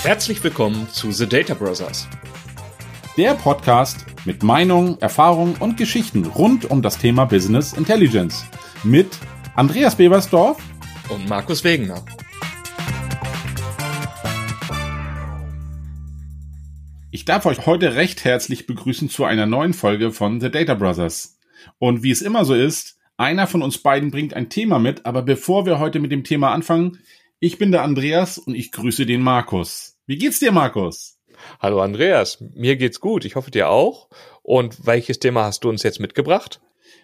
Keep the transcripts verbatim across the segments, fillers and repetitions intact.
Herzlich willkommen zu The Data Brothers. Der Podcast mit Meinungen, Erfahrungen und Geschichten rund um das Thema Business Intelligence. Mit Andreas Bebersdorf und Markus Wegener. Ich darf euch heute recht herzlich begrüßen zu einer neuen Folge von The Data Brothers. Und wie es immer so ist, einer von uns beiden bringt ein Thema mit, aber bevor wir heute mit dem Thema anfangen, ich bin der Andreas und ich grüße den Markus. Wie geht's dir, Markus? Hallo Andreas, mir geht's gut, ich hoffe dir auch. Und welches Thema hast du uns jetzt mitgebracht?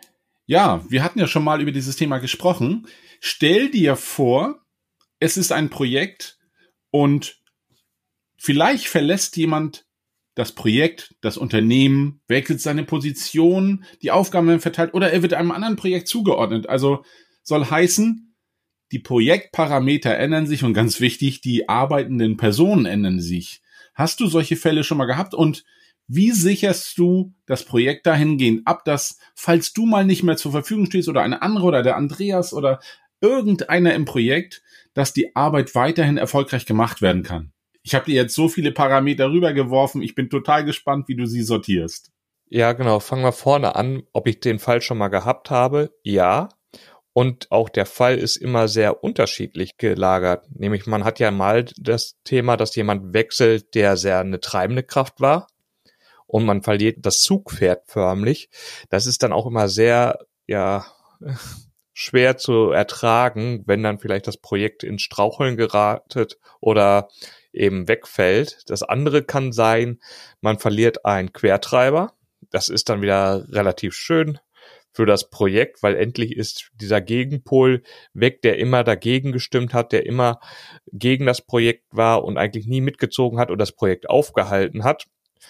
Ja, wir hatten ja schon mal über dieses Thema gesprochen. Stell dir vor, es ist ein Projekt und vielleicht verlässt jemand das Projekt, das Unternehmen, wechselt seine Position, die Aufgaben werden verteilt oder er wird einem anderen Projekt zugeordnet. Also soll heißen, die Projektparameter ändern sich und ganz wichtig, die arbeitenden Personen ändern sich. Hast du solche Fälle schon mal gehabt und wie sicherst du das Projekt dahingehend ab, dass, falls du mal nicht mehr zur Verfügung stehst oder eine andere oder der Andreas oder irgendeiner im Projekt, dass die Arbeit weiterhin erfolgreich gemacht werden kann? Ich habe dir jetzt so viele Parameter rübergeworfen, ich bin total gespannt, wie du sie sortierst. Ja, genau, fangen wir vorne an, ob ich den Fall schon mal gehabt habe. Ja. Und auch der Fall ist immer sehr unterschiedlich gelagert. Nämlich man hat ja mal das Thema, dass jemand wechselt, der sehr eine treibende Kraft war und man verliert das Zugpferd förmlich. Das ist dann auch immer sehr, ja, schwer zu ertragen, wenn dann vielleicht das Projekt ins Straucheln geratet oder eben wegfällt. Das andere kann sein, man verliert einen Quertreiber. Das ist dann wieder relativ schön für das Projekt, weil endlich ist dieser Gegenpol weg, der immer dagegen gestimmt hat, der immer gegen das Projekt war und eigentlich nie mitgezogen hat und das Projekt aufgehalten hat.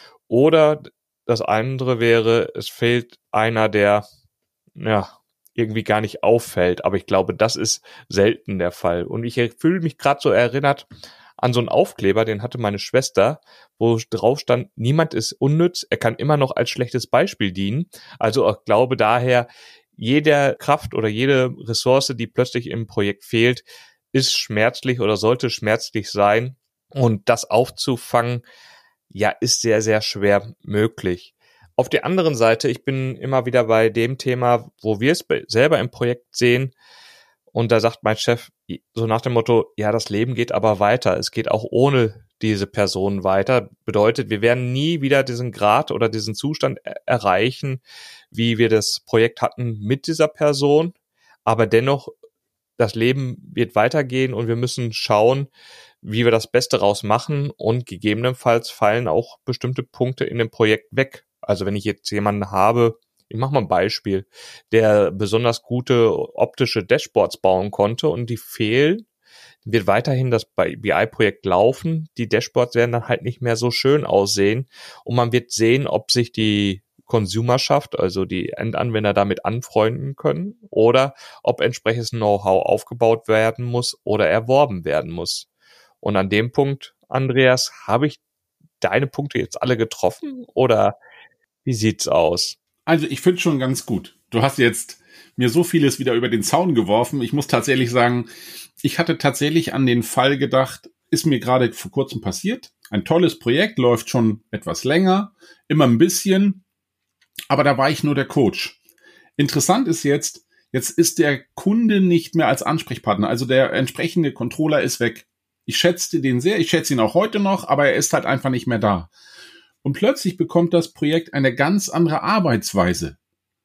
Oder das andere wäre, es fehlt einer, der ja irgendwie gar nicht auffällt. Aber ich glaube, das ist selten der Fall. Und ich fühle mich gerade so erinnert an so einen Aufkleber, den hatte meine Schwester, wo drauf stand, niemand ist unnütz, er kann immer noch als schlechtes Beispiel dienen. Also ich glaube daher, jede Kraft oder jede Ressource, die plötzlich im Projekt fehlt, ist schmerzlich oder sollte schmerzlich sein. Und das aufzufangen, ja, ist sehr, sehr schwer möglich. Auf der anderen Seite, ich bin immer wieder bei dem Thema, wo wir es selber im Projekt sehen, und da sagt mein Chef so nach dem Motto, ja, das Leben geht aber weiter. Es geht auch ohne diese Person weiter. Bedeutet, wir werden nie wieder diesen Grad oder diesen Zustand erreichen, wie wir das Projekt hatten mit dieser Person. Aber dennoch, das Leben wird weitergehen und wir müssen schauen, wie wir das Beste raus machen. Und gegebenenfalls fallen auch bestimmte Punkte in dem Projekt weg. Also wenn ich jetzt jemanden habe, ich mache mal ein Beispiel, der besonders gute optische Dashboards bauen konnte und die fehlen, wird weiterhin das B I-Projekt laufen. Die Dashboards werden dann halt nicht mehr so schön aussehen und man wird sehen, ob sich die Consumerschaft, also die Endanwender, damit anfreunden können oder ob entsprechendes Know-how aufgebaut werden muss oder erworben werden muss. Und an dem Punkt, Andreas, habe ich deine Punkte jetzt alle getroffen oder wie sieht's aus? Also ich finde schon ganz gut. Du hast jetzt mir so vieles wieder über den Zaun geworfen. Ich muss tatsächlich sagen, ich hatte tatsächlich an den Fall gedacht, ist mir gerade vor kurzem passiert. Ein tolles Projekt, läuft schon etwas länger, immer ein bisschen, aber da war ich nur der Coach. Interessant ist jetzt, jetzt ist der Kunde nicht mehr als Ansprechpartner, also der entsprechende Controller ist weg. Ich schätzte den sehr, ich schätze ihn auch heute noch, aber er ist halt einfach nicht mehr da. Und plötzlich bekommt das Projekt eine ganz andere Arbeitsweise.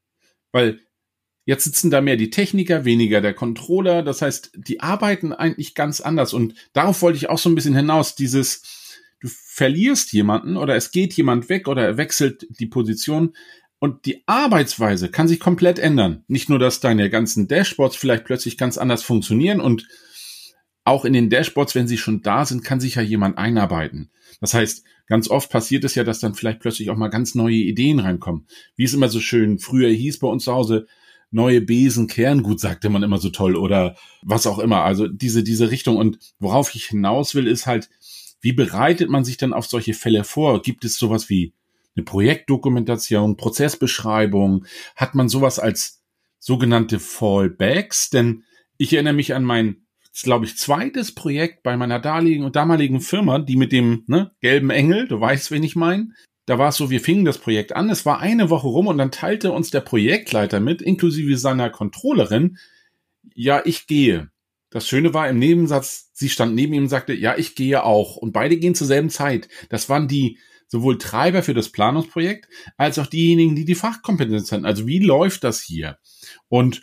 Weil jetzt sitzen da mehr die Techniker, weniger der Controller. Das heißt, die arbeiten eigentlich ganz anders. Und darauf wollte ich auch so ein bisschen hinaus. Dieses, du verlierst jemanden oder es geht jemand weg oder er wechselt die Position. Und die Arbeitsweise kann sich komplett ändern. Nicht nur, dass deine ganzen Dashboards vielleicht plötzlich ganz anders funktionieren und auch in den Dashboards, wenn sie schon da sind, kann sich ja jemand einarbeiten. Das heißt, ganz oft passiert es ja, dass dann vielleicht plötzlich auch mal ganz neue Ideen reinkommen. Wie es immer so schön früher hieß bei uns zu Hause, neue Besen kehren gut, sagte man immer so toll oder was auch immer. Also diese, diese Richtung. Und worauf ich hinaus will, ist halt, wie bereitet man sich dann auf solche Fälle vor? Gibt es sowas wie eine Projektdokumentation, Prozessbeschreibung? Hat man sowas als sogenannte Fallbacks? Denn ich erinnere mich an mein ist, glaube ich, zweites Projekt bei meiner damaligen und damaligen Firma, die mit dem ne, gelben Engel, du weißt, wen ich meine. Da war es so, wir fingen das Projekt an, es war eine Woche rum und dann teilte uns der Projektleiter mit, inklusive seiner Controllerin, ja, ich gehe. Das Schöne war im Nebensatz, sie stand neben ihm und sagte, ja, ich gehe auch. Und beide gehen zur selben Zeit. Das waren die sowohl Treiber für das Planungsprojekt, als auch diejenigen, die die Fachkompetenz hatten. Also wie läuft das hier? Und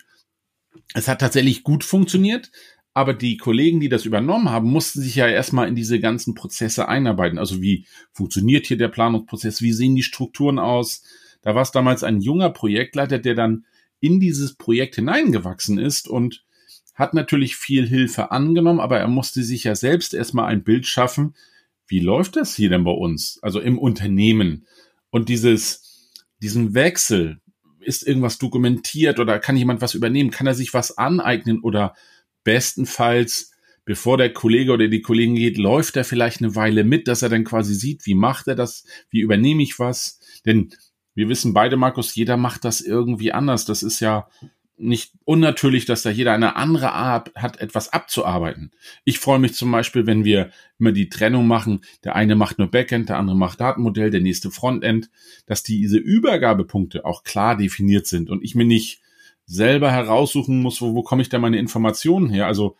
es hat tatsächlich gut funktioniert, aber die Kollegen, die das übernommen haben, mussten sich ja erstmal in diese ganzen Prozesse einarbeiten. Also wie funktioniert hier der Planungsprozess? Wie sehen die Strukturen aus? Da war es damals ein junger Projektleiter, der dann in dieses Projekt hineingewachsen ist und hat natürlich viel Hilfe angenommen, aber er musste sich ja selbst erstmal ein Bild schaffen. Wie läuft das hier denn bei uns? Also im Unternehmen. Und dieses, diesen Wechsel, ist irgendwas dokumentiert oder kann jemand was übernehmen? Kann er sich was aneignen oder bestenfalls, bevor der Kollege oder die Kollegin geht, läuft er vielleicht eine Weile mit, dass er dann quasi sieht, wie macht er das? Wie übernehme ich was? Denn wir wissen beide, Markus, jeder macht das irgendwie anders. Das ist ja nicht unnatürlich, dass da jeder eine andere Art hat, etwas abzuarbeiten. Ich freue mich zum Beispiel, wenn wir immer die Trennung machen, der eine macht nur Backend, der andere macht Datenmodell, der nächste Frontend, dass diese Übergabepunkte auch klar definiert sind und ich mir nicht selber heraussuchen muss, wo, wo komme ich da meine Informationen her. Also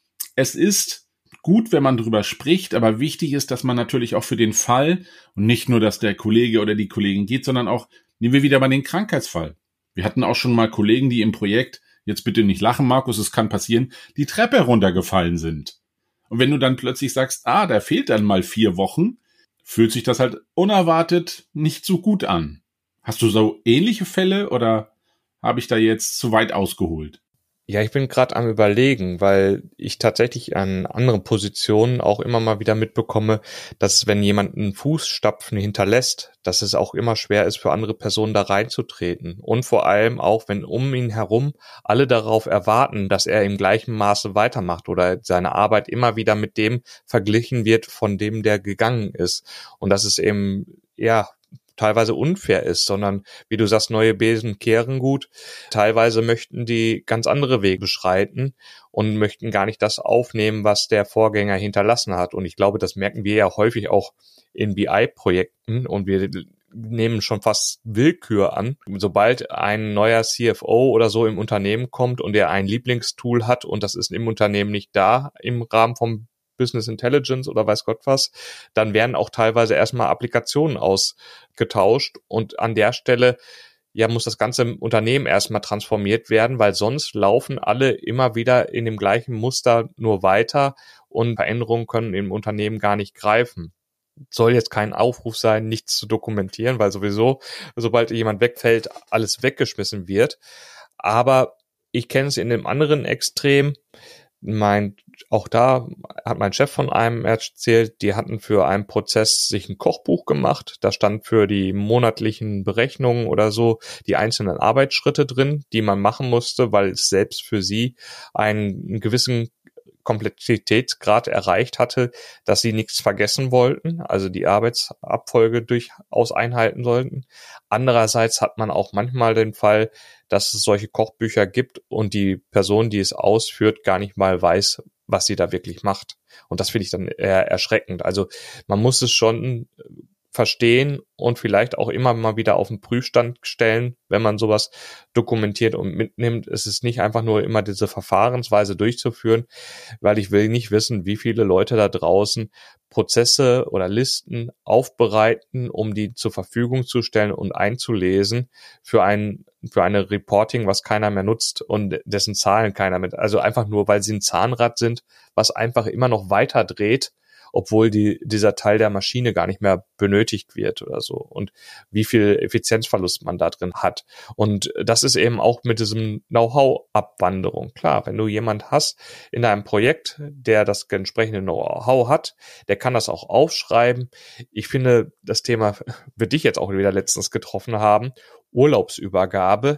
es ist gut, wenn man drüber spricht, aber wichtig ist, dass man natürlich auch für den Fall und nicht nur, dass der Kollege oder die Kollegin geht, sondern auch, nehmen wir wieder mal den Krankheitsfall. Wir hatten auch schon mal Kollegen, die im Projekt, jetzt bitte nicht lachen, Markus, es kann passieren, die Treppe runtergefallen sind. Und wenn du dann plötzlich sagst, ah, da fehlt dann mal vier Wochen, fühlt sich das halt unerwartet nicht so gut an. Hast du so ähnliche Fälle oder habe ich da jetzt zu weit ausgeholt? Ja, ich bin gerade am Überlegen, weil ich tatsächlich an anderen Positionen auch immer mal wieder mitbekomme, dass wenn jemand einen Fußstapfen hinterlässt, dass es auch immer schwer ist, für andere Personen da reinzutreten. Und vor allem auch, wenn um ihn herum alle darauf erwarten, dass er im gleichen Maße weitermacht oder seine Arbeit immer wieder mit dem verglichen wird, von dem der gegangen ist. Und das ist eben, ja, teilweise unfair ist, sondern, wie du sagst, neue Besen kehren gut. Teilweise möchten die ganz andere Wege beschreiten und möchten gar nicht das aufnehmen, was der Vorgänger hinterlassen hat. Und ich glaube, das merken wir ja häufig auch in B I-Projekten und wir nehmen schon fast Willkür an. Sobald ein neuer C F O oder so im Unternehmen kommt und er ein Lieblingstool hat und das ist im Unternehmen nicht da im Rahmen vom Business Intelligence oder weiß Gott was, dann werden auch teilweise erstmal Applikationen ausgetauscht und an der Stelle ja muss das ganze Unternehmen erstmal transformiert werden, weil sonst laufen alle immer wieder in dem gleichen Muster nur weiter und Veränderungen können im Unternehmen gar nicht greifen. Soll jetzt kein Aufruf sein, nichts zu dokumentieren, weil sowieso, sobald jemand wegfällt, alles weggeschmissen wird. Aber ich kenne es in dem anderen Extrem. Mein, auch da hat mein Chef von einem erzählt, die hatten für einen Prozess sich ein Kochbuch gemacht. Da stand für die monatlichen Berechnungen oder so die einzelnen Arbeitsschritte drin, die man machen musste, weil es selbst für sie einen gewissen Komplexitätsgrad erreicht hatte, dass sie nichts vergessen wollten, also die Arbeitsabfolge durchaus einhalten sollten. Andererseits hat man auch manchmal den Fall, dass es solche Kochbücher gibt und die Person, die es ausführt, gar nicht mal weiß, was sie da wirklich macht. Und das finde ich dann eher erschreckend. Also man muss es schon verstehen und vielleicht auch immer mal wieder auf den Prüfstand stellen, wenn man sowas dokumentiert und mitnimmt. Es ist nicht einfach nur immer diese Verfahrensweise durchzuführen, weil ich will nicht wissen, wie viele Leute da draußen Prozesse oder Listen aufbereiten, um die zur Verfügung zu stellen und einzulesen für ein für eine Reporting, was keiner mehr nutzt und dessen Zahlen keiner mit. Also einfach nur, weil sie ein Zahnrad sind, was einfach immer noch weiter dreht, obwohl die, dieser Teil der Maschine gar nicht mehr benötigt wird oder so und wie viel Effizienzverlust man da drin hat. Und das ist eben auch mit diesem Know-how-Abwanderung. Klar, wenn du jemand hast in deinem Projekt, der das entsprechende Know-how hat, der kann das auch aufschreiben. Ich finde, das Thema wird dich jetzt auch wieder letztens getroffen haben, Urlaubsübergabe.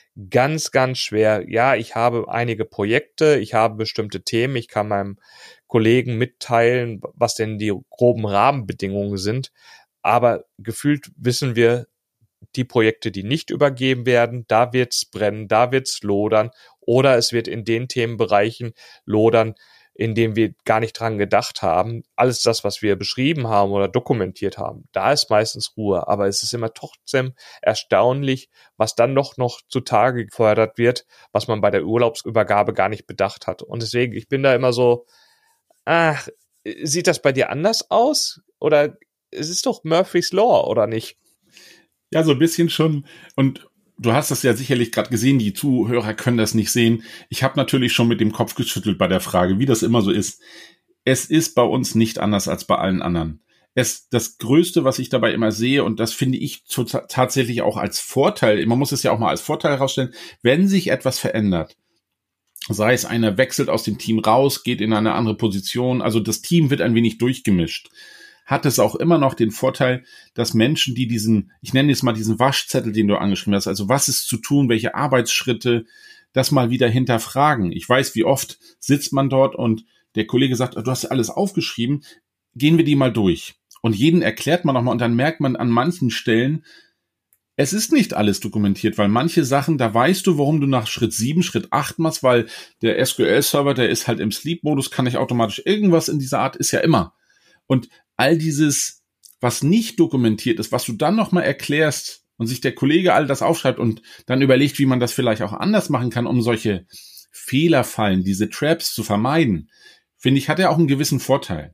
Ganz, ganz schwer. Ja, ich habe einige Projekte, ich habe bestimmte Themen, ich kann meinem Kollegen mitteilen, was denn die groben Rahmenbedingungen sind. Aber gefühlt wissen wir, die Projekte, die nicht übergeben werden, da wird's brennen, da wird's lodern oder es wird in den Themenbereichen lodern, in dem wir gar nicht dran gedacht haben. Alles das, was wir beschrieben haben oder dokumentiert haben, da ist meistens Ruhe. Aber es ist immer trotzdem erstaunlich, was dann doch noch zutage gefördert wird, was man bei der Urlaubsübergabe gar nicht bedacht hat. Und deswegen, ich bin da immer so, ach, sieht das bei dir anders aus? Oder es ist doch Murphy's Law, oder nicht? Ja, so ein bisschen schon. Und du hast das ja sicherlich gerade gesehen, die Zuhörer können das nicht sehen. Ich habe natürlich schon mit dem Kopf geschüttelt bei der Frage, wie das immer so ist. Es ist bei uns nicht anders als bei allen anderen. Es, das Größte, was ich dabei immer sehe, und das finde ich zu, tatsächlich auch als Vorteil, man muss es ja auch mal als Vorteil herausstellen, wenn sich etwas verändert, sei es einer wechselt aus dem Team raus, geht in eine andere Position, also das Team wird ein wenig durchgemischt, hat es auch immer noch den Vorteil, dass Menschen, die diesen, ich nenne es mal diesen Waschzettel, den du angeschrieben hast, also was ist zu tun, welche Arbeitsschritte, das mal wieder hinterfragen. Ich weiß, wie oft sitzt man dort und der Kollege sagt, du hast alles aufgeschrieben, gehen wir die mal durch. Und jeden erklärt man nochmal und dann merkt man an manchen Stellen, es ist nicht alles dokumentiert, weil manche Sachen, da weißt du, warum du nach Schritt sieben, Schritt acht machst, weil der S Q L-Server, der ist halt im Sleep-Modus, kann nicht automatisch irgendwas in dieser Art, ist ja immer. Und all dieses, was nicht dokumentiert ist, was du dann nochmal erklärst und sich der Kollege all das aufschreibt und dann überlegt, wie man das vielleicht auch anders machen kann, um solche Fehlerfallen, diese Traps zu vermeiden, finde ich, hat er auch einen gewissen Vorteil.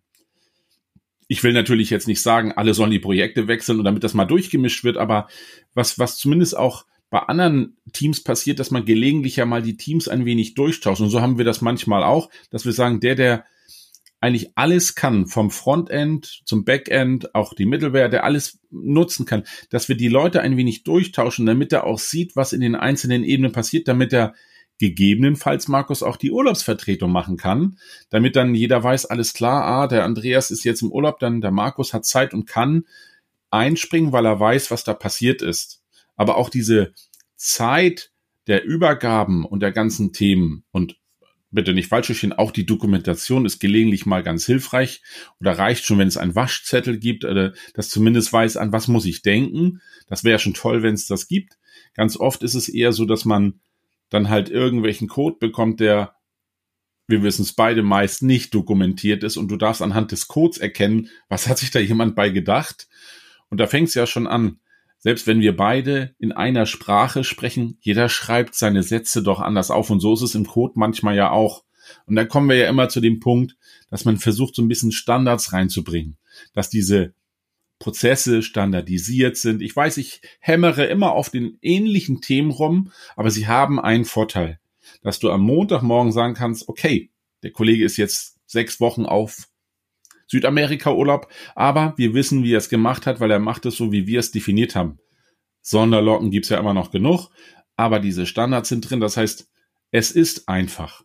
Ich will natürlich jetzt nicht sagen, alle sollen die Projekte wechseln und damit das mal durchgemischt wird, aber was, was zumindest auch bei anderen Teams passiert, dass man gelegentlich ja mal die Teams ein wenig durchtauscht. Und so haben wir das manchmal auch, dass wir sagen, der, der eigentlich alles kann, vom Frontend zum Backend, auch die Middleware, der alles nutzen kann, dass wir die Leute ein wenig durchtauschen, damit er auch sieht, was in den einzelnen Ebenen passiert, damit er gegebenenfalls, Markus, auch die Urlaubsvertretung machen kann, damit dann jeder weiß, alles klar, ah, der Andreas ist jetzt im Urlaub, dann der Markus hat Zeit und kann einspringen, weil er weiß, was da passiert ist. Aber auch diese Zeit der Übergaben und der ganzen Themen und bitte nicht falsch verstehen, auch die Dokumentation ist gelegentlich mal ganz hilfreich oder reicht schon, wenn es einen Waschzettel gibt, oder das zumindest weiß, an was muss ich denken. Das wäre schon toll, wenn es das gibt. Ganz oft ist es eher so, dass man dann halt irgendwelchen Code bekommt, der, wir wissen es beide, meist nicht dokumentiert ist und du darfst anhand des Codes erkennen, was hat sich da jemand bei gedacht. Und da fängt es ja schon an. Selbst wenn wir beide in einer Sprache sprechen, jeder schreibt seine Sätze doch anders auf und so ist es im Code manchmal ja auch. Und da kommen wir ja immer zu dem Punkt, dass man versucht, so ein bisschen Standards reinzubringen, dass diese Prozesse standardisiert sind. Ich weiß, ich hämmere immer auf den ähnlichen Themen rum, aber sie haben einen Vorteil, dass du am Montagmorgen sagen kannst, okay, der Kollege ist jetzt sechs Wochen auf Südamerika-Urlaub, aber wir wissen, wie er es gemacht hat, weil er macht es so, wie wir es definiert haben. Sonderlocken gibt's ja immer noch genug, aber diese Standards sind drin, das heißt, es ist einfach.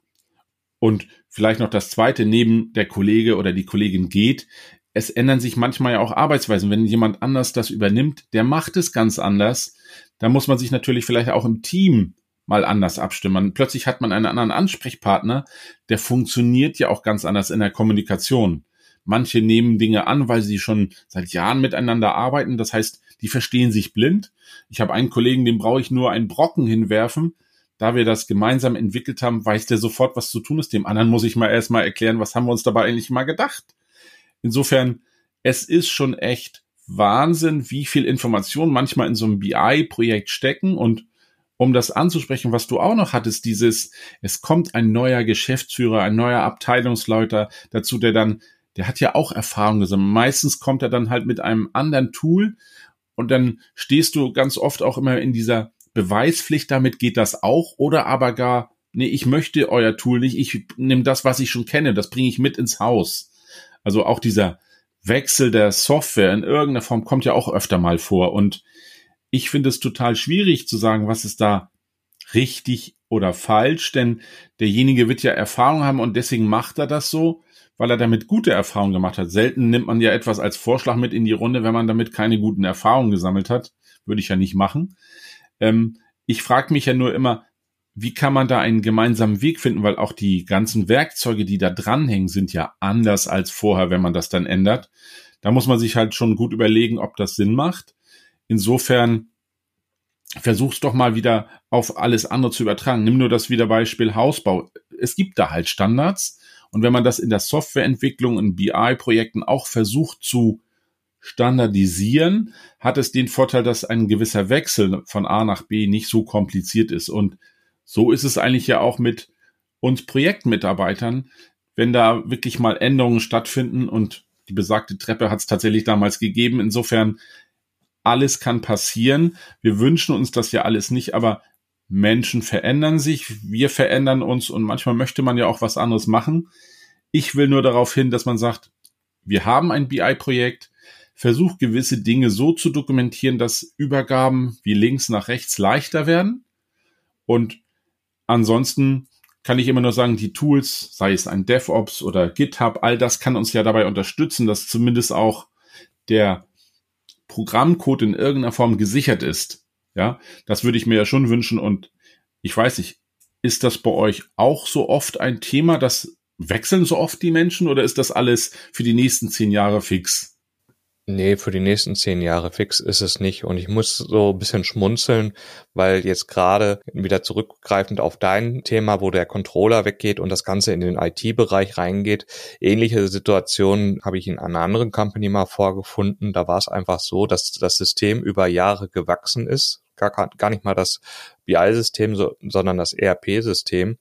Und vielleicht noch das Zweite, neben der Kollege oder die Kollegin geht, es ändern sich manchmal ja auch Arbeitsweisen. Wenn jemand anders das übernimmt, der macht es ganz anders, da muss man sich natürlich vielleicht auch im Team mal anders abstimmen. Plötzlich hat man einen anderen Ansprechpartner, der funktioniert ja auch ganz anders in der Kommunikation. Manche nehmen Dinge an, weil sie schon seit Jahren miteinander arbeiten. Das heißt, die verstehen sich blind. Ich habe einen Kollegen, dem brauche ich nur einen Brocken hinwerfen. Da wir das gemeinsam entwickelt haben, weiß der sofort, was zu tun ist. Dem anderen muss ich mal erstmal erklären, was haben wir uns dabei eigentlich mal gedacht. Insofern, es ist schon echt Wahnsinn, wie viel Information manchmal in so einem B I-Projekt stecken. Und um das anzusprechen, was du auch noch hattest, dieses, es kommt ein neuer Geschäftsführer, ein neuer Abteilungsleiter dazu, der dann der hat ja auch Erfahrung gesammelt. Meistens kommt er dann halt mit einem anderen Tool und dann stehst du ganz oft auch immer in dieser Beweispflicht, damit geht das auch, oder aber gar, nee, ich möchte euer Tool nicht, ich nehme das, was ich schon kenne, das bringe ich mit ins Haus. Also auch dieser Wechsel der Software in irgendeiner Form kommt ja auch öfter mal vor und ich finde es total schwierig zu sagen, was ist da richtig oder falsch, denn derjenige wird ja Erfahrung haben und deswegen macht er das so, weil er damit gute Erfahrungen gemacht hat. Selten nimmt man ja etwas als Vorschlag mit in die Runde, wenn man damit keine guten Erfahrungen gesammelt hat. Würde ich ja nicht machen. Ähm, ich frage mich ja nur immer, wie kann man da einen gemeinsamen Weg finden, weil auch die ganzen Werkzeuge, die da dranhängen, sind ja anders als vorher, wenn man das dann ändert. Da muss man sich halt schon gut überlegen, ob das Sinn macht. Insofern versuch's doch mal wieder auf alles andere zu übertragen. Nimm nur das wieder Beispiel Hausbau. Es gibt da halt Standards Und wenn man das in der Softwareentwicklung, in B I-Projekten auch versucht zu standardisieren, hat es den Vorteil, dass ein gewisser Wechsel von A nach B nicht so kompliziert ist. Und so ist es eigentlich ja auch mit uns Projektmitarbeitern, wenn da wirklich mal Änderungen stattfinden, und die besagte Treppe hat es tatsächlich damals gegeben. Insofern, alles kann passieren. Wir wünschen uns das ja alles nicht, aber Menschen verändern sich, wir verändern uns, und manchmal möchte man ja auch was anderes machen. Ich will nur darauf hin, dass man sagt, wir haben ein B I-Projekt, versucht gewisse Dinge so zu dokumentieren, dass Übergaben wie links nach rechts leichter werden. Und ansonsten kann ich immer nur sagen, die Tools, sei es ein DevOps oder GitHub, all das kann uns ja dabei unterstützen, dass zumindest auch der Programmcode in irgendeiner Form gesichert ist. Ja, das würde ich mir ja schon wünschen. Und ich weiß nicht, ist das bei euch auch so oft ein Thema, das wechseln so oft die Menschen, oder ist das alles für die nächsten zehn Jahre fix? Nee, für die nächsten zehn Jahre fix ist es nicht. Und ich muss so ein bisschen schmunzeln, weil jetzt gerade wieder zurückgreifend auf dein Thema, wo der Controller weggeht und das Ganze in den I T-Bereich reingeht. Ähnliche Situationen habe ich in einer anderen Company mal vorgefunden. Da war es einfach so, dass das System über Jahre gewachsen ist. Gar, gar nicht mal das B I-System, so, sondern das E R P-System.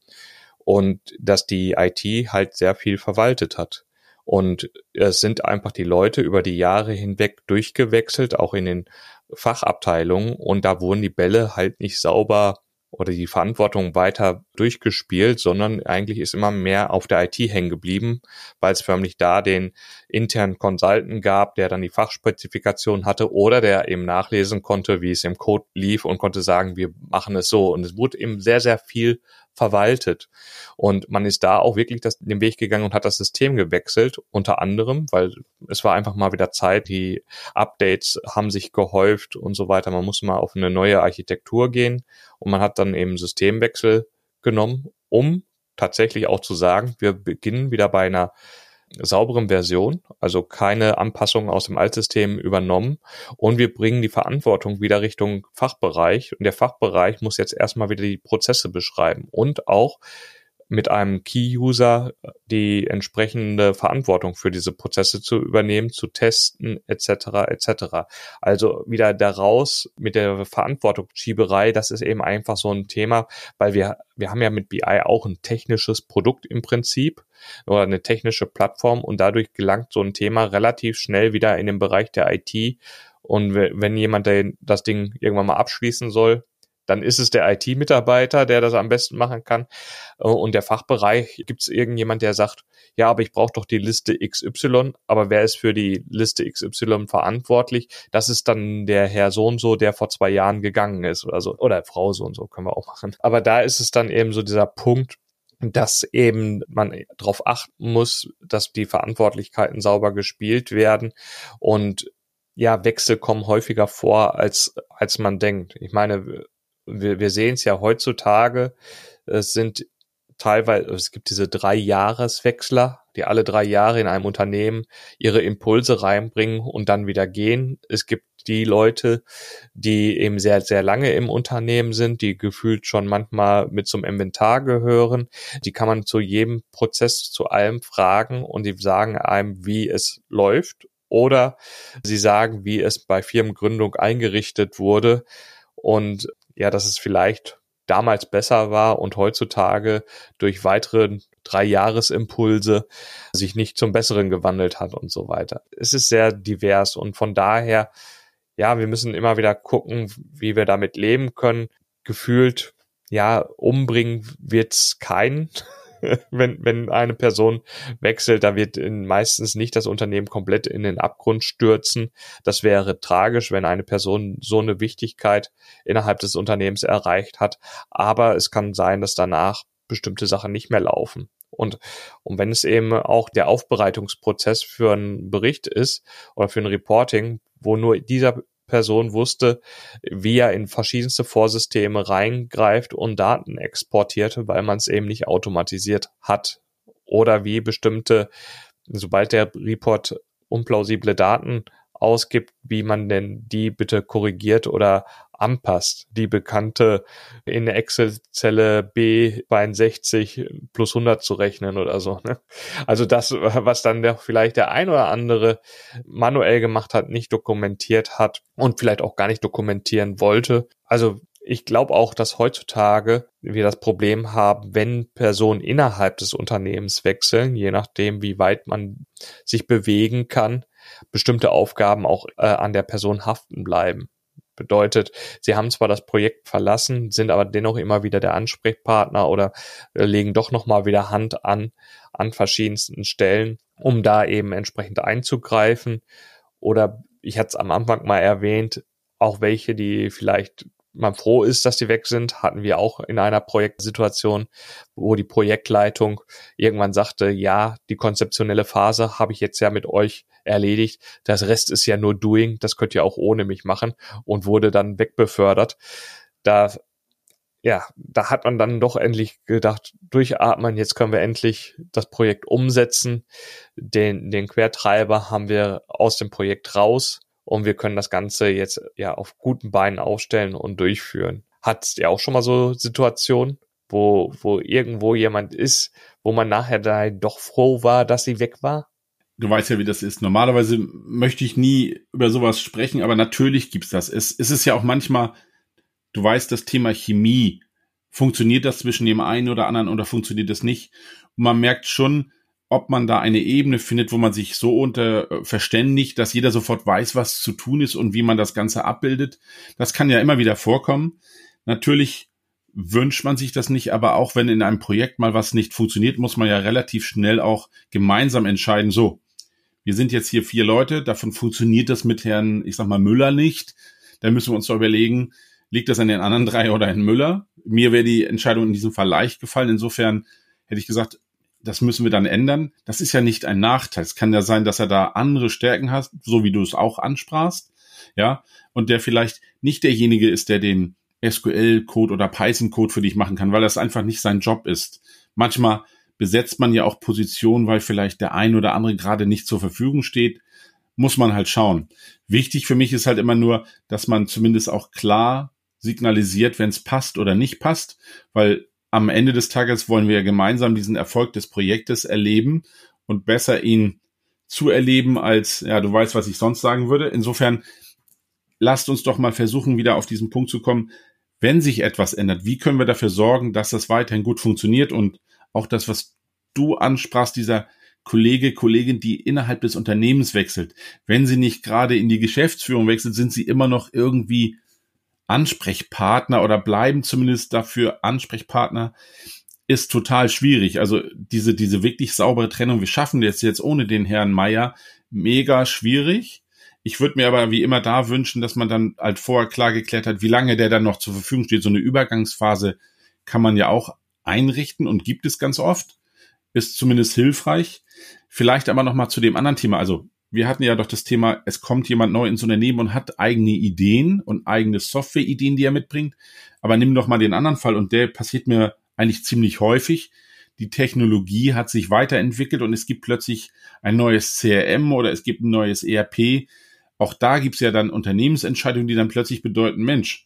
Und dass die I T halt sehr viel verwaltet hat. Und es sind einfach die Leute über die Jahre hinweg durchgewechselt, auch in den Fachabteilungen. Und da wurden die Bälle halt nicht sauber oder die Verantwortung weiter durchgespielt, sondern eigentlich ist immer mehr auf der I T hängen geblieben, weil es förmlich da den internen Consultant gab, der dann die Fachspezifikation hatte oder der eben nachlesen konnte, wie es im Code lief, und konnte sagen, wir machen es so. Und es wurde eben sehr, sehr viel verwaltet. Und man ist da auch wirklich das, den Weg gegangen und hat das System gewechselt, unter anderem, weil es war einfach mal wieder Zeit, die Updates haben sich gehäuft und so weiter. Man muss mal auf eine neue Architektur gehen, und man hat dann eben Systemwechsel genommen, um tatsächlich auch zu sagen, wir beginnen wieder bei einer sauberen Version, also keine Anpassungen aus dem Altsystem übernommen, und wir bringen die Verantwortung wieder Richtung Fachbereich, und der Fachbereich muss jetzt erstmal wieder die Prozesse beschreiben und auch mit einem Key-User die entsprechende Verantwortung für diese Prozesse zu übernehmen, zu testen, et cetera et cetera. Also wieder daraus mit der Verantwortungsschieberei, das ist eben einfach so ein Thema, weil wir wir haben ja mit B I auch ein technisches Produkt im Prinzip oder eine technische Plattform, und dadurch gelangt so ein Thema relativ schnell wieder in den Bereich der I T. Und wenn jemand das Ding irgendwann mal abschließen soll, dann ist es der I T-Mitarbeiter, der das am besten machen kann. Und der Fachbereich, gibt es irgendjemand, der sagt, ja, aber ich brauche doch die Liste X Y, aber wer ist für die Liste X Y verantwortlich? Das ist dann der Herr so und so, der vor zwei Jahren gegangen ist oder so. Oder Frau so und so, können wir auch machen. Aber da ist es dann eben so dieser Punkt, dass eben man darauf achten muss, dass die Verantwortlichkeiten sauber gespielt werden, und ja, Wechsel kommen häufiger vor, als als man denkt. Ich meine, wir, wir sehen es ja heutzutage, es sind teilweise, es gibt diese drei Jahreswechsler, die alle drei Jahre in einem Unternehmen ihre Impulse reinbringen und dann wieder gehen. Es gibt die Leute, die eben sehr, sehr lange im Unternehmen sind, die gefühlt schon manchmal mit zum Inventar gehören. Die kann man zu jedem Prozess, zu allem fragen, und die sagen einem, wie es läuft, oder sie sagen, wie es bei Firmengründung eingerichtet wurde, und ja, dass es vielleicht damals besser war und heutzutage durch weitere Drei-Jahres-Impulse sich nicht zum Besseren gewandelt hat und so weiter. Es ist sehr divers, und von daher, ja, wir müssen immer wieder gucken, wie wir damit leben können. Gefühlt, ja, umbringen wird's keinen. Wenn, wenn eine Person wechselt, da wird meistens nicht das Unternehmen komplett in den Abgrund stürzen. Das wäre tragisch, wenn eine Person so eine Wichtigkeit innerhalb des Unternehmens erreicht hat. Aber es kann sein, dass danach bestimmte Sachen nicht mehr laufen. Und, und wenn es eben auch der Aufbereitungsprozess für einen Bericht ist oder für ein Reporting, wo nur dieser Person wusste, wie er in verschiedenste Vorsysteme reingreift und Daten exportiert, weil man es eben nicht automatisiert hat. Oder wie bestimmte, sobald der Report unplausible Daten ausgibt, wie man denn die bitte korrigiert oder anpasst. Die bekannte in der Excel-Zelle B zweiundsechzig plus hundert zu rechnen oder so. Ne? Also das, was dann der, vielleicht der ein oder andere manuell gemacht hat, nicht dokumentiert hat und vielleicht auch gar nicht dokumentieren wollte. Also ich glaube auch, dass heutzutage wir das Problem haben, wenn Personen innerhalb des Unternehmens wechseln, je nachdem, wie weit man sich bewegen kann, bestimmte Aufgaben auch äh, an der Person haften bleiben. Bedeutet, sie haben zwar das Projekt verlassen, sind aber dennoch immer wieder der Ansprechpartner oder äh, legen doch nochmal wieder Hand an, an verschiedensten Stellen, um da eben entsprechend einzugreifen. Oder ich hatte es am Anfang mal erwähnt, auch welche, die vielleicht man froh ist, dass die weg sind, hatten wir auch in einer Projektsituation, wo die Projektleitung irgendwann sagte, ja, die konzeptionelle Phase habe ich jetzt ja mit euch erledigt, das Rest ist ja nur Doing, das könnt ihr auch ohne mich machen und wurde dann wegbefördert. Da, ja, da hat man dann doch endlich gedacht, durchatmen, jetzt können wir endlich das Projekt umsetzen. Den, den Quertreiber haben wir aus dem Projekt raus. Und wir können das Ganze jetzt ja auf guten Beinen aufstellen und durchführen. Hat's ja auch schon mal so Situationen, wo, wo irgendwo jemand ist, wo man nachher da doch froh war, dass sie weg war? Du weißt ja, wie das ist. Normalerweise möchte ich nie über sowas sprechen, aber natürlich gibt's das. Es, es ist ja auch manchmal, du weißt, das Thema Chemie, funktioniert das zwischen dem einen oder anderen oder funktioniert das nicht? Und man merkt schon, ob man da eine Ebene findet, wo man sich so unter äh, verständigt, dass jeder sofort weiß, was zu tun ist und wie man das Ganze abbildet. Das kann ja immer wieder vorkommen. Natürlich wünscht man sich das nicht, aber auch wenn in einem Projekt mal was nicht funktioniert, muss man ja relativ schnell auch gemeinsam entscheiden, so, wir sind jetzt hier vier Leute, davon funktioniert das mit Herrn, ich sag mal, Müller nicht. Dann müssen wir uns doch überlegen, liegt das an den anderen drei oder an Müller? Mir wäre die Entscheidung in diesem Fall leicht gefallen. Insofern hätte ich gesagt, das müssen wir dann ändern. Das ist ja nicht ein Nachteil. Es kann ja sein, dass er da andere Stärken hat, so wie du es auch ansprachst, ja, und der vielleicht nicht derjenige ist, der den S Q L-Code oder Python-Code für dich machen kann, weil das einfach nicht sein Job ist. Manchmal besetzt man ja auch Positionen, weil vielleicht der ein oder andere gerade nicht zur Verfügung steht. Muss man halt schauen. Wichtig für mich ist halt immer nur, dass man zumindest auch klar signalisiert, wenn es passt oder nicht passt, weil am Ende des Tages wollen wir ja gemeinsam diesen Erfolg des Projektes erleben und besser ihn zu erleben als, ja, du weißt, was ich sonst sagen würde. Insofern lasst uns doch mal versuchen, wieder auf diesen Punkt zu kommen, wenn sich etwas ändert, wie können wir dafür sorgen, dass das weiterhin gut funktioniert und auch das, was du ansprachst, dieser Kollege, Kollegin, die innerhalb des Unternehmens wechselt. Wenn sie nicht gerade in die Geschäftsführung wechselt, sind sie immer noch irgendwie Ansprechpartner oder bleiben zumindest dafür Ansprechpartner, ist total schwierig. Also diese, diese wirklich saubere Trennung, wir schaffen das jetzt ohne den Herrn Meier, mega schwierig. Ich würde mir aber wie immer da wünschen, dass man dann halt vorher klar geklärt hat, wie lange der dann noch zur Verfügung steht. So eine Übergangsphase kann man ja auch einrichten und gibt es ganz oft. Ist zumindest hilfreich. Vielleicht aber nochmal zu dem anderen Thema. Also wir hatten ja doch das Thema, es kommt jemand neu ins Unternehmen und hat eigene Ideen und eigene Software-Ideen, die er mitbringt. Aber nimm doch mal den anderen Fall und der passiert mir eigentlich ziemlich häufig. Die Technologie hat sich weiterentwickelt und es gibt plötzlich ein neues C R M oder es gibt ein neues E R P. Auch da gibt es ja dann Unternehmensentscheidungen, die dann plötzlich bedeuten, Mensch,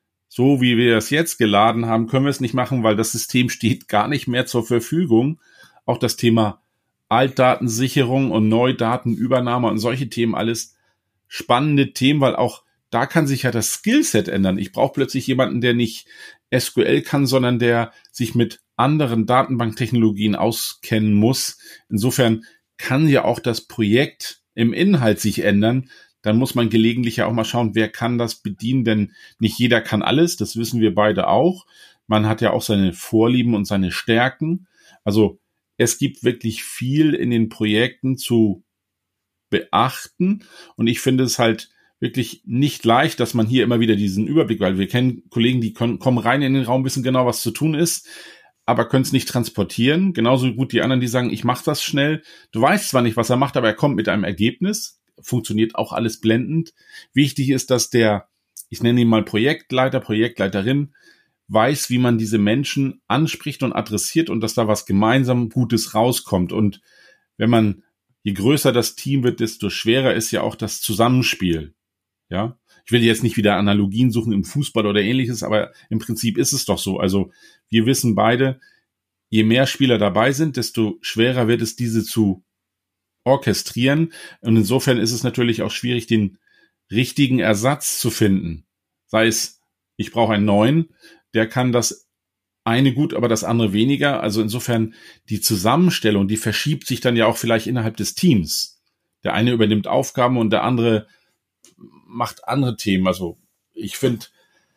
so wie wir es jetzt geladen haben, können wir es nicht machen, weil das System steht gar nicht mehr zur Verfügung. Auch das Thema Altdatensicherung und Neudatenübernahme und solche Themen, alles spannende Themen, weil auch da kann sich ja das Skillset ändern. Ich brauche plötzlich jemanden, der nicht S Q L kann, sondern der sich mit anderen Datenbanktechnologien auskennen muss. Insofern kann ja auch das Projekt im Inhalt sich ändern. Dann muss man gelegentlich ja auch mal schauen, wer kann das bedienen, denn nicht jeder kann alles, das wissen wir beide auch. Man hat ja auch seine Vorlieben und seine Stärken. Also es gibt wirklich viel in den Projekten zu beachten und ich finde es halt wirklich nicht leicht, dass man hier immer wieder diesen Überblick, weil wir kennen Kollegen, die kommen rein in den Raum, wissen genau, was zu tun ist, aber können es nicht transportieren. Genauso gut die anderen, die sagen, ich mache das schnell. Du weißt zwar nicht, was er macht, aber er kommt mit einem Ergebnis. Funktioniert auch alles blendend. Wichtig ist, dass der, ich nenne ihn mal Projektleiter, Projektleiterin, weiß, wie man diese Menschen anspricht und adressiert und dass da was gemeinsam Gutes rauskommt. Und wenn man je größer das Team wird, desto schwerer ist ja auch das Zusammenspiel. Ja, ich will jetzt nicht wieder Analogien suchen im Fußball oder ähnliches, aber im Prinzip ist es doch so. Also wir wissen beide, je mehr Spieler dabei sind, desto schwerer wird es, diese zu orchestrieren. Und insofern ist es natürlich auch schwierig, den richtigen Ersatz zu finden. Sei es, ich brauche einen neuen, der kann das eine gut, aber das andere weniger. Also insofern die Zusammenstellung, die verschiebt sich dann ja auch vielleicht innerhalb des Teams. Der eine übernimmt Aufgaben und der andere macht andere Themen. Also ich finde,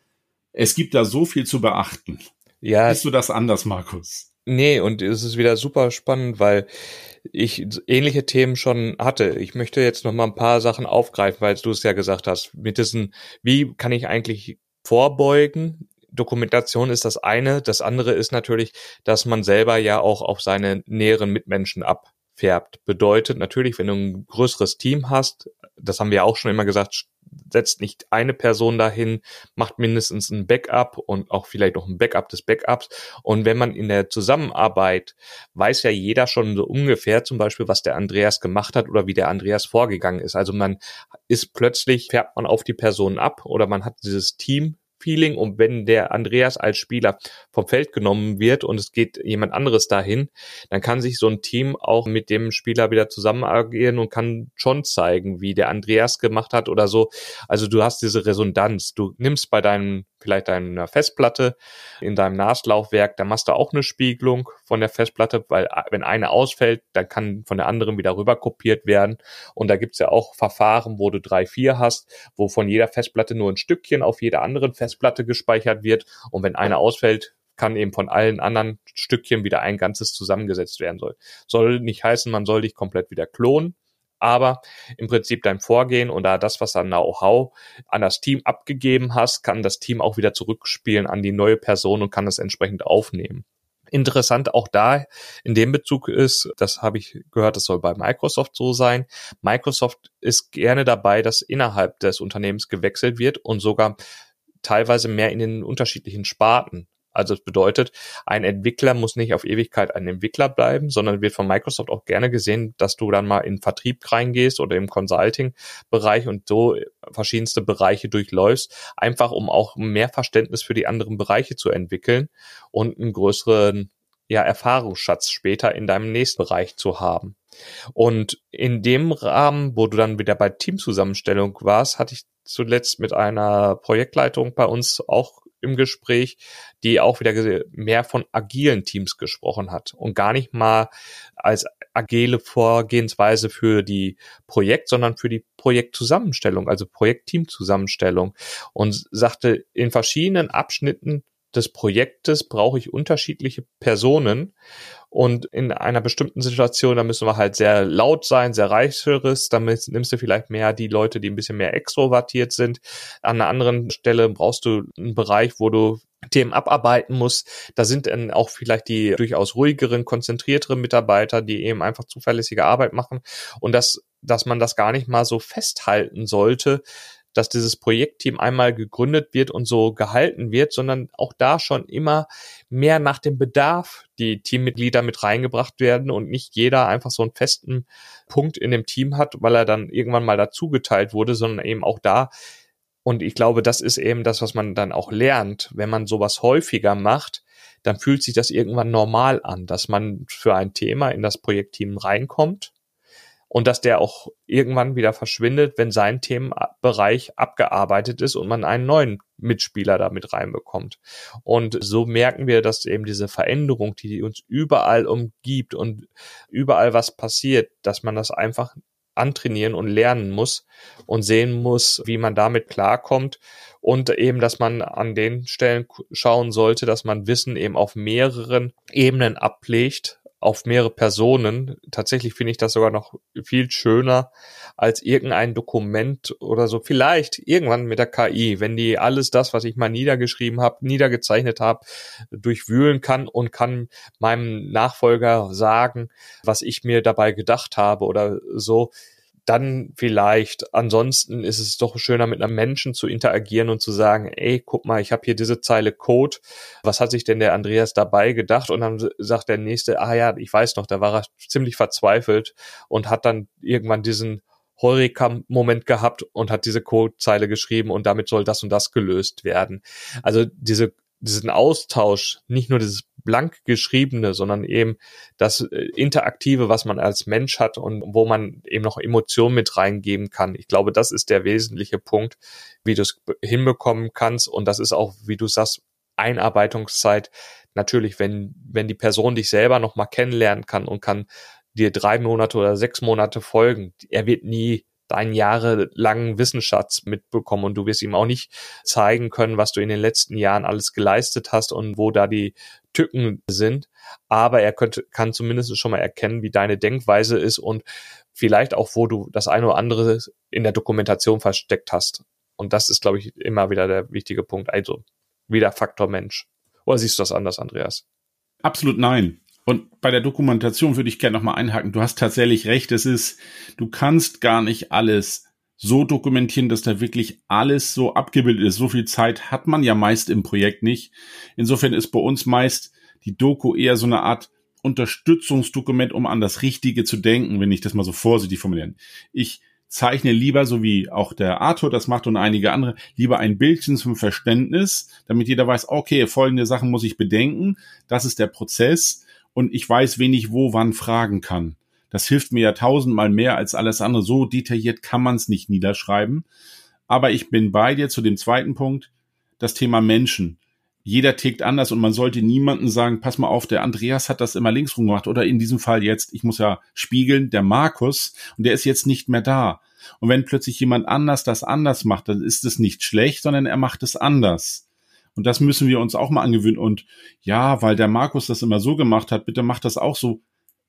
es gibt da so viel zu beachten. Ja. Siehst du das anders, Markus? Nee, und es ist wieder super spannend, weil ich ähnliche Themen schon hatte. Ich möchte jetzt noch mal ein paar Sachen aufgreifen, weil du es ja gesagt hast. Mit diesen, wie kann ich eigentlich vorbeugen? Dokumentation ist das eine. Das andere ist natürlich, dass man selber ja auch auf seine näheren Mitmenschen abfärbt. Bedeutet natürlich, wenn du ein größeres Team hast, das haben wir auch schon immer gesagt, setzt nicht eine Person dahin, macht mindestens ein Backup und auch vielleicht noch ein Backup des Backups. Und wenn man in der Zusammenarbeit, weiß ja jeder schon so ungefähr zum Beispiel, was der Andreas gemacht hat oder wie der Andreas vorgegangen ist. Also man ist plötzlich, färbt man auf die Person ab oder man hat dieses Team Feeling, und wenn der Andreas als Spieler vom Feld genommen wird und es geht jemand anderes dahin, dann kann sich so ein Team auch mit dem Spieler wieder zusammen agieren und kann schon zeigen, wie der Andreas gemacht hat oder so. Also du hast diese Resonanz. Du nimmst bei deinem, vielleicht deiner Festplatte in deinem NAS-Laufwerk, da machst du auch eine Spiegelung von der Festplatte, weil wenn eine ausfällt, dann kann von der anderen wieder rüber kopiert werden. Und da gibt's ja auch Verfahren, wo du drei, vier hast, wo von jeder Festplatte nur ein Stückchen auf jeder anderen Festplatte gespeichert wird. Und wenn eine ausfällt, kann eben von allen anderen Stückchen wieder ein ganzes zusammengesetzt werden soll. Soll nicht heißen, man soll dich komplett wieder klonen, aber im Prinzip dein Vorgehen oder das, was an Know-how an das Team abgegeben hast, kann das Team auch wieder zurückspielen an die neue Person und kann das entsprechend aufnehmen. Interessant auch da in dem Bezug ist, das habe ich gehört, das soll bei Microsoft so sein. Microsoft ist gerne dabei, dass innerhalb des Unternehmens gewechselt wird und sogar teilweise mehr in den unterschiedlichen Sparten. Also es bedeutet, ein Entwickler muss nicht auf Ewigkeit ein Entwickler bleiben, sondern wird von Microsoft auch gerne gesehen, dass du dann mal in Vertrieb reingehst oder im Consulting-Bereich und so verschiedenste Bereiche durchläufst, einfach um auch mehr Verständnis für die anderen Bereiche zu entwickeln und einen größeren ja, Erfahrungsschatz später in deinem nächsten Bereich zu haben. Und in dem Rahmen, wo du dann wieder bei Teamzusammenstellung warst, hatte ich zuletzt mit einer Projektleitung bei uns auch im Gespräch, die auch wieder mehr von agilen Teams gesprochen hat und gar nicht mal als agile Vorgehensweise für die Projekt, sondern für die Projektzusammenstellung, also Projektteamzusammenstellung, und sagte, in verschiedenen Abschnitten des Projektes brauche ich unterschiedliche Personen und in einer bestimmten Situation, da müssen wir halt sehr laut sein, sehr reicheres, damit nimmst du vielleicht mehr die Leute, die ein bisschen mehr extrovertiert sind. An einer anderen Stelle brauchst du einen Bereich, wo du Themen abarbeiten musst. Da sind dann auch vielleicht die durchaus ruhigeren, konzentrierteren Mitarbeiter, die eben einfach zuverlässige Arbeit machen, und dass, dass man das gar nicht mal so festhalten sollte, dass dieses Projektteam einmal gegründet wird und so gehalten wird, sondern auch da schon immer mehr nach dem Bedarf die Teammitglieder mit reingebracht werden und nicht jeder einfach so einen festen Punkt in dem Team hat, weil er dann irgendwann mal dazugeteilt wurde, sondern eben auch da. Und ich glaube, das ist eben das, was man dann auch lernt. Wenn man sowas häufiger macht, dann fühlt sich das irgendwann normal an, dass man für ein Thema in das Projektteam reinkommt und dass der auch irgendwann wieder verschwindet, wenn sein Themenbereich abgearbeitet ist und man einen neuen Mitspieler da mit reinbekommt. Und so merken wir, dass eben diese Veränderung, die uns überall umgibt und überall was passiert, dass man das einfach antrainieren und lernen muss und sehen muss, wie man damit klarkommt, und eben, dass man an den Stellen schauen sollte, dass man Wissen eben auf mehreren Ebenen ablegt, auf mehrere Personen. Tatsächlich finde ich das sogar noch viel schöner als irgendein Dokument oder so. Vielleicht irgendwann mit der K I, wenn die alles das, was ich mal niedergeschrieben habe, niedergezeichnet habe, durchwühlen kann und kann meinem Nachfolger sagen, was ich mir dabei gedacht habe oder so. dann vielleicht, ansonsten ist es doch schöner, mit einem Menschen zu interagieren und zu sagen, ey, guck mal, ich habe hier diese Zeile Code, was hat sich denn der Andreas dabei gedacht? Und dann sagt der Nächste, ah ja, ich weiß noch, da war er ziemlich verzweifelt und hat dann irgendwann diesen Heureka-Moment gehabt und hat diese Codezeile geschrieben und damit soll das und das gelöst werden. Also diese diesen Austausch, nicht nur dieses blank geschriebene, sondern eben das Interaktive, was man als Mensch hat und wo man eben noch Emotionen mit reingeben kann. Ich glaube, das ist der wesentliche Punkt, wie du es hinbekommen kannst. Und das ist auch, wie du sagst, Einarbeitungszeit. Natürlich, wenn wenn die Person dich selber noch mal kennenlernen kann und kann dir drei Monate oder sechs Monate folgen, er wird nie deinen jahrelangen Wissensschatz mitbekommen und du wirst ihm auch nicht zeigen können, was du in den letzten Jahren alles geleistet hast und wo da die Tücken sind. Aber er könnte, kann zumindest schon mal erkennen, wie deine Denkweise ist und vielleicht auch, wo du das eine oder andere in der Dokumentation versteckt hast. Und das ist, glaube ich, immer wieder der wichtige Punkt. Also wieder Faktor Mensch. Oder siehst du das anders, Andreas? Absolut nein. Und bei der Dokumentation würde ich gerne nochmal einhaken. Du hast tatsächlich recht. Es ist, du kannst gar nicht alles so dokumentieren, dass da wirklich alles so abgebildet ist. So viel Zeit hat man ja meist im Projekt nicht. Insofern ist bei uns meist die Doku eher so eine Art Unterstützungsdokument, um an das Richtige zu denken, wenn ich das mal so vorsichtig formulieren. Ich zeichne lieber, so wie auch der Arthur das macht und einige andere, lieber ein Bildchen zum Verständnis, damit jeder weiß, okay, folgende Sachen muss ich bedenken. Das ist der Prozess. Und ich weiß, wen ich wo wann fragen kann. Das hilft mir ja tausendmal mehr als alles andere. So detailliert kann man es nicht niederschreiben. Aber ich bin bei dir zu dem zweiten Punkt, das Thema Menschen. Jeder tickt anders und man sollte niemandem sagen, pass mal auf, der Andreas hat das immer linksrum gemacht oder in diesem Fall jetzt, ich muss ja spiegeln, der Markus und der ist jetzt nicht mehr da. Und wenn plötzlich jemand anders das anders macht, dann ist es nicht schlecht, sondern er macht es anders. Und das müssen wir uns auch mal angewöhnen. Und ja, weil der Markus das immer so gemacht hat, bitte mach das auch so.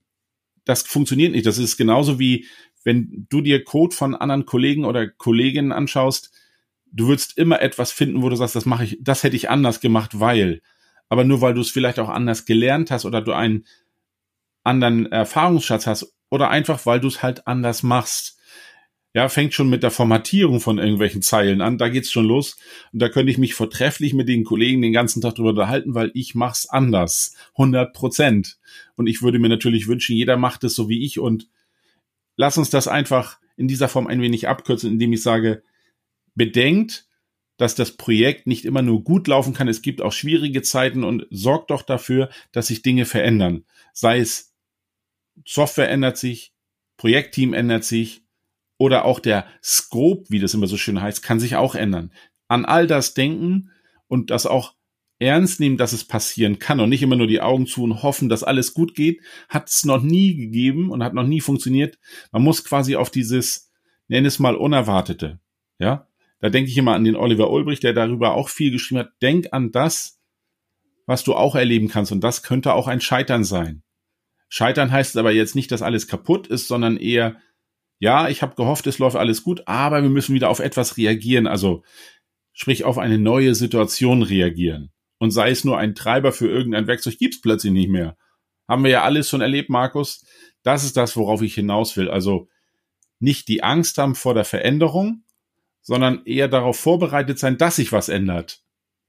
Das funktioniert nicht. Das ist genauso wie, wenn du dir Code von anderen Kollegen oder Kolleginnen anschaust, du würdest immer etwas finden, wo du sagst, das mache ich, das hätte ich anders gemacht, weil. Aber nur weil du es vielleicht auch anders gelernt hast oder du einen anderen Erfahrungsschatz hast oder einfach, weil du es halt anders machst. Ja, fängt schon mit der Formatierung von irgendwelchen Zeilen an, da geht's schon los. Und da könnte ich mich vortrefflich mit den Kollegen den ganzen Tag drüber unterhalten, weil ich mach's anders. hundert Prozent. Und ich würde mir natürlich wünschen, jeder macht es so wie ich. Und lass uns das einfach in dieser Form ein wenig abkürzen, indem ich sage, bedenkt, dass das Projekt nicht immer nur gut laufen kann. Es gibt auch schwierige Zeiten und sorgt doch dafür, dass sich Dinge verändern. Sei es Software ändert sich, Projektteam ändert sich, oder auch der Scope, wie das immer so schön heißt, kann sich auch ändern. An all das denken und das auch ernst nehmen, dass es passieren kann und nicht immer nur die Augen zu und hoffen, dass alles gut geht, hat es noch nie gegeben und hat noch nie funktioniert. Man muss quasi auf dieses, nenn es mal Unerwartete, ja. Da denke ich immer an den Oliver Ulbricht, der darüber auch viel geschrieben hat. Denk an das, was du auch erleben kannst und das könnte auch ein Scheitern sein. Scheitern heißt aber jetzt nicht, dass alles kaputt ist, sondern eher, ja, ich habe gehofft, es läuft alles gut, aber wir müssen wieder auf etwas reagieren, also sprich auf eine neue Situation reagieren. Und sei es nur ein Treiber für irgendein Werkzeug, gibt's plötzlich nicht mehr. Haben wir ja alles schon erlebt, Markus. Das ist das, worauf ich hinaus will. Also nicht die Angst haben vor der Veränderung, sondern eher darauf vorbereitet sein, dass sich was ändert.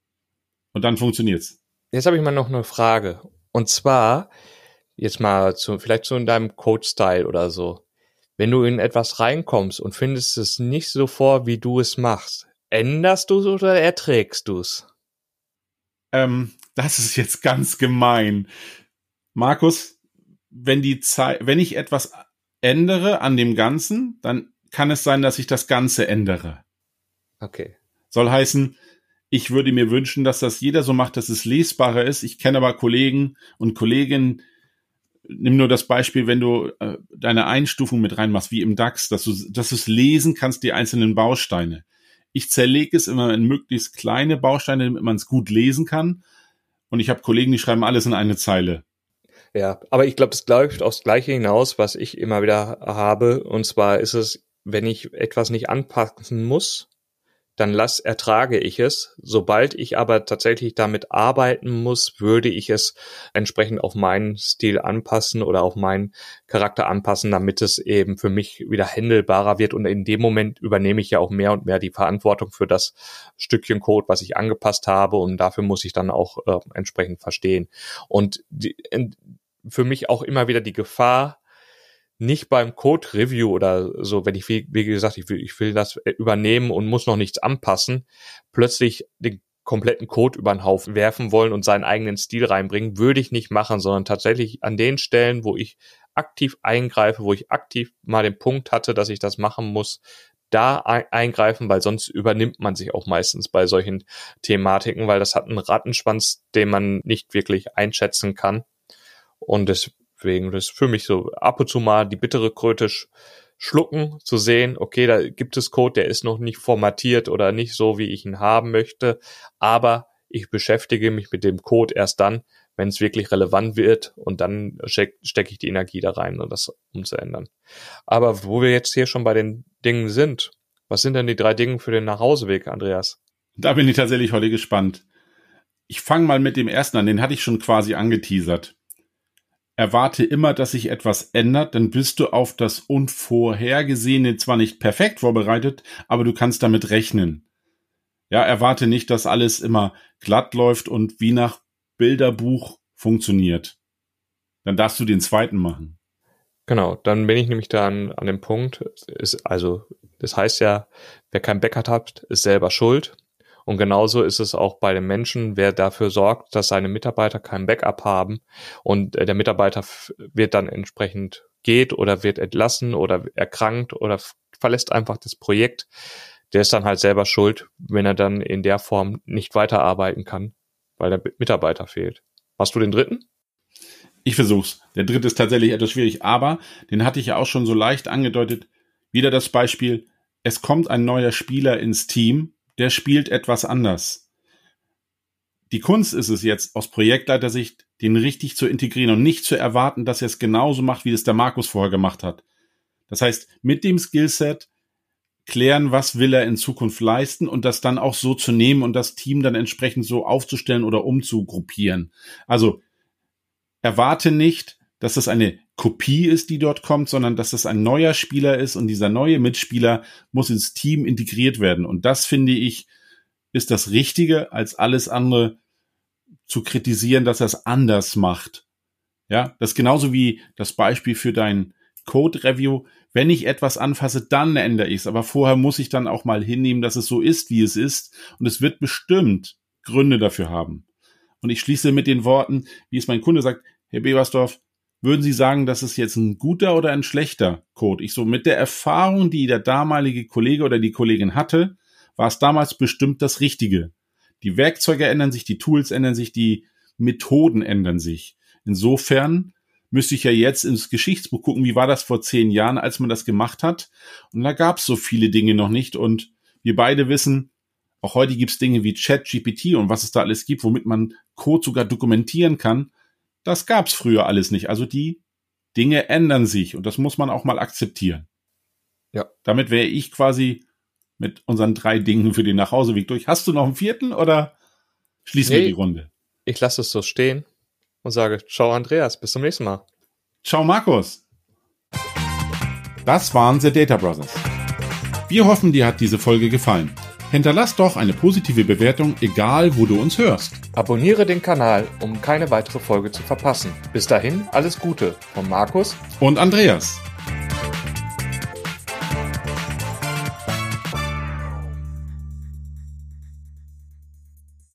Und dann funktioniert's. Jetzt habe ich mal noch eine Frage. Und zwar, jetzt mal zu, vielleicht so in deinem Code-Style oder so. Wenn du in etwas reinkommst und findest es nicht so vor, wie du es machst, änderst du es oder erträgst du es? Ähm, das ist jetzt ganz gemein. Markus, wenn die Zeit, wenn ich etwas ändere an dem Ganzen, dann kann es sein, dass ich das Ganze ändere. Okay. Soll heißen, ich würde mir wünschen, dass das jeder so macht, dass es lesbarer ist. Ich kenne aber Kollegen und Kolleginnen, nimm nur das Beispiel, wenn du äh, deine Einstufung mit reinmachst, wie im DAX, dass du dass du es lesen kannst, die einzelnen Bausteine. Ich zerlege es immer in möglichst kleine Bausteine, damit man es gut lesen kann. Und ich habe Kollegen, die schreiben alles in eine Zeile. Ja, aber ich glaube, es läuft aufs Gleiche hinaus, was ich immer wieder habe. Und zwar ist es, wenn ich etwas nicht anpassen muss, dann lass, ertrage ich es. Sobald ich aber tatsächlich damit arbeiten muss, würde ich es entsprechend auf meinen Stil anpassen oder auf meinen Charakter anpassen, damit es eben für mich wieder handelbarer wird. Und in dem Moment übernehme ich ja auch mehr und mehr die Verantwortung für das Stückchen Code, was ich angepasst habe. Und dafür muss ich dann auch äh, entsprechend verstehen. Und die, für mich auch immer wieder die Gefahr, nicht beim Code-Review oder so, wenn ich, wie, wie gesagt, ich will, ich will das übernehmen und muss noch nichts anpassen, plötzlich den kompletten Code über den Haufen werfen wollen und seinen eigenen Stil reinbringen, würde ich nicht machen, sondern tatsächlich an den Stellen, wo ich aktiv eingreife, wo ich aktiv mal den Punkt hatte, dass ich das machen muss, da eingreifen, weil sonst übernimmt man sich auch meistens bei solchen Thematiken, weil das hat einen Rattenschwanz, den man nicht wirklich einschätzen kann. Und das Deswegen, das ist für mich so ab und zu mal die bittere Kröte sch- schlucken, zu sehen, okay, da gibt es Code, der ist noch nicht formatiert oder nicht so, wie ich ihn haben möchte, aber ich beschäftige mich mit dem Code erst dann, wenn es wirklich relevant wird und dann steck, stecke ich die Energie da rein, um das umzuändern. Aber wo wir jetzt hier schon bei den Dingen sind, was sind denn die drei Dinge für den Nachhauseweg, Andreas? Da bin ich tatsächlich heute gespannt. Ich fange mal mit dem ersten an, den hatte ich schon quasi angeteasert. Erwarte immer, dass sich etwas ändert, dann bist du auf das Unvorhergesehene zwar nicht perfekt vorbereitet, aber du kannst damit rechnen. Ja, erwarte nicht, dass alles immer glatt läuft und wie nach Bilderbuch funktioniert. Dann darfst du den zweiten machen. Genau, dann bin ich nämlich da an, an dem Punkt, ist, also das heißt ja, wer kein Backup hat, ist selber schuld. Und genauso ist es auch bei den Menschen, wer dafür sorgt, dass seine Mitarbeiter kein Backup haben und der Mitarbeiter wird dann entsprechend geht oder wird entlassen oder erkrankt oder verlässt einfach das Projekt, der ist dann halt selber schuld, wenn er dann in der Form nicht weiterarbeiten kann, weil der Mitarbeiter fehlt. Hast du den dritten? Ich versuch's. Der dritte ist tatsächlich etwas schwierig, aber den hatte ich ja auch schon so leicht angedeutet. Wieder das Beispiel, es kommt ein neuer Spieler ins Team, der spielt etwas anders. Die Kunst ist es jetzt, aus Projektleitersicht, den richtig zu integrieren und nicht zu erwarten, dass er es genauso macht, wie es der Markus vorher gemacht hat. Das heißt, mit dem Skillset klären, was will er in Zukunft leisten und das dann auch so zu nehmen und das Team dann entsprechend so aufzustellen oder umzugruppieren. Also erwarte nicht, dass es eine Kopie ist, die dort kommt, sondern dass es ein neuer Spieler ist und dieser neue Mitspieler muss ins Team integriert werden. Und das, finde ich, ist das Richtige, als alles andere zu kritisieren, dass er es anders macht. Ja, das ist genauso wie das Beispiel für dein Code-Review. Wenn ich etwas anfasse, dann ändere ich es. Aber vorher muss ich dann auch mal hinnehmen, dass es so ist, wie es ist. Und es wird bestimmt Gründe dafür haben. Und ich schließe mit den Worten, wie es mein Kunde sagt, Herr Bebersdorf, würden Sie sagen, das ist jetzt ein guter oder ein schlechter Code? Ich so, mit der Erfahrung, die der damalige Kollege oder die Kollegin hatte, war es damals bestimmt das Richtige. Die Werkzeuge ändern sich, die Tools ändern sich, die Methoden ändern sich. Insofern müsste ich ja jetzt ins Geschichtsbuch gucken, wie war das vor zehn Jahren, als man das gemacht hat. Und da gab es so viele Dinge noch nicht. Und wir beide wissen, auch heute gibt es Dinge wie ChatGPT und was es da alles gibt, womit man Code sogar dokumentieren kann. Das gab es früher alles nicht. Also die Dinge ändern sich und das muss man auch mal akzeptieren. Ja. Damit wäre ich quasi mit unseren drei Dingen für den Nachhauseweg durch. Hast du noch einen vierten oder schließen nee, wir die Runde? Ich lasse es so stehen und sage, ciao Andreas, bis zum nächsten Mal. Ciao Markus. Das waren The Data Brothers. Wir hoffen, dir hat diese Folge gefallen. Hinterlass doch eine positive Bewertung, egal wo du uns hörst. Abonniere den Kanal, um keine weitere Folge zu verpassen. Bis dahin, alles Gute von Markus und Andreas.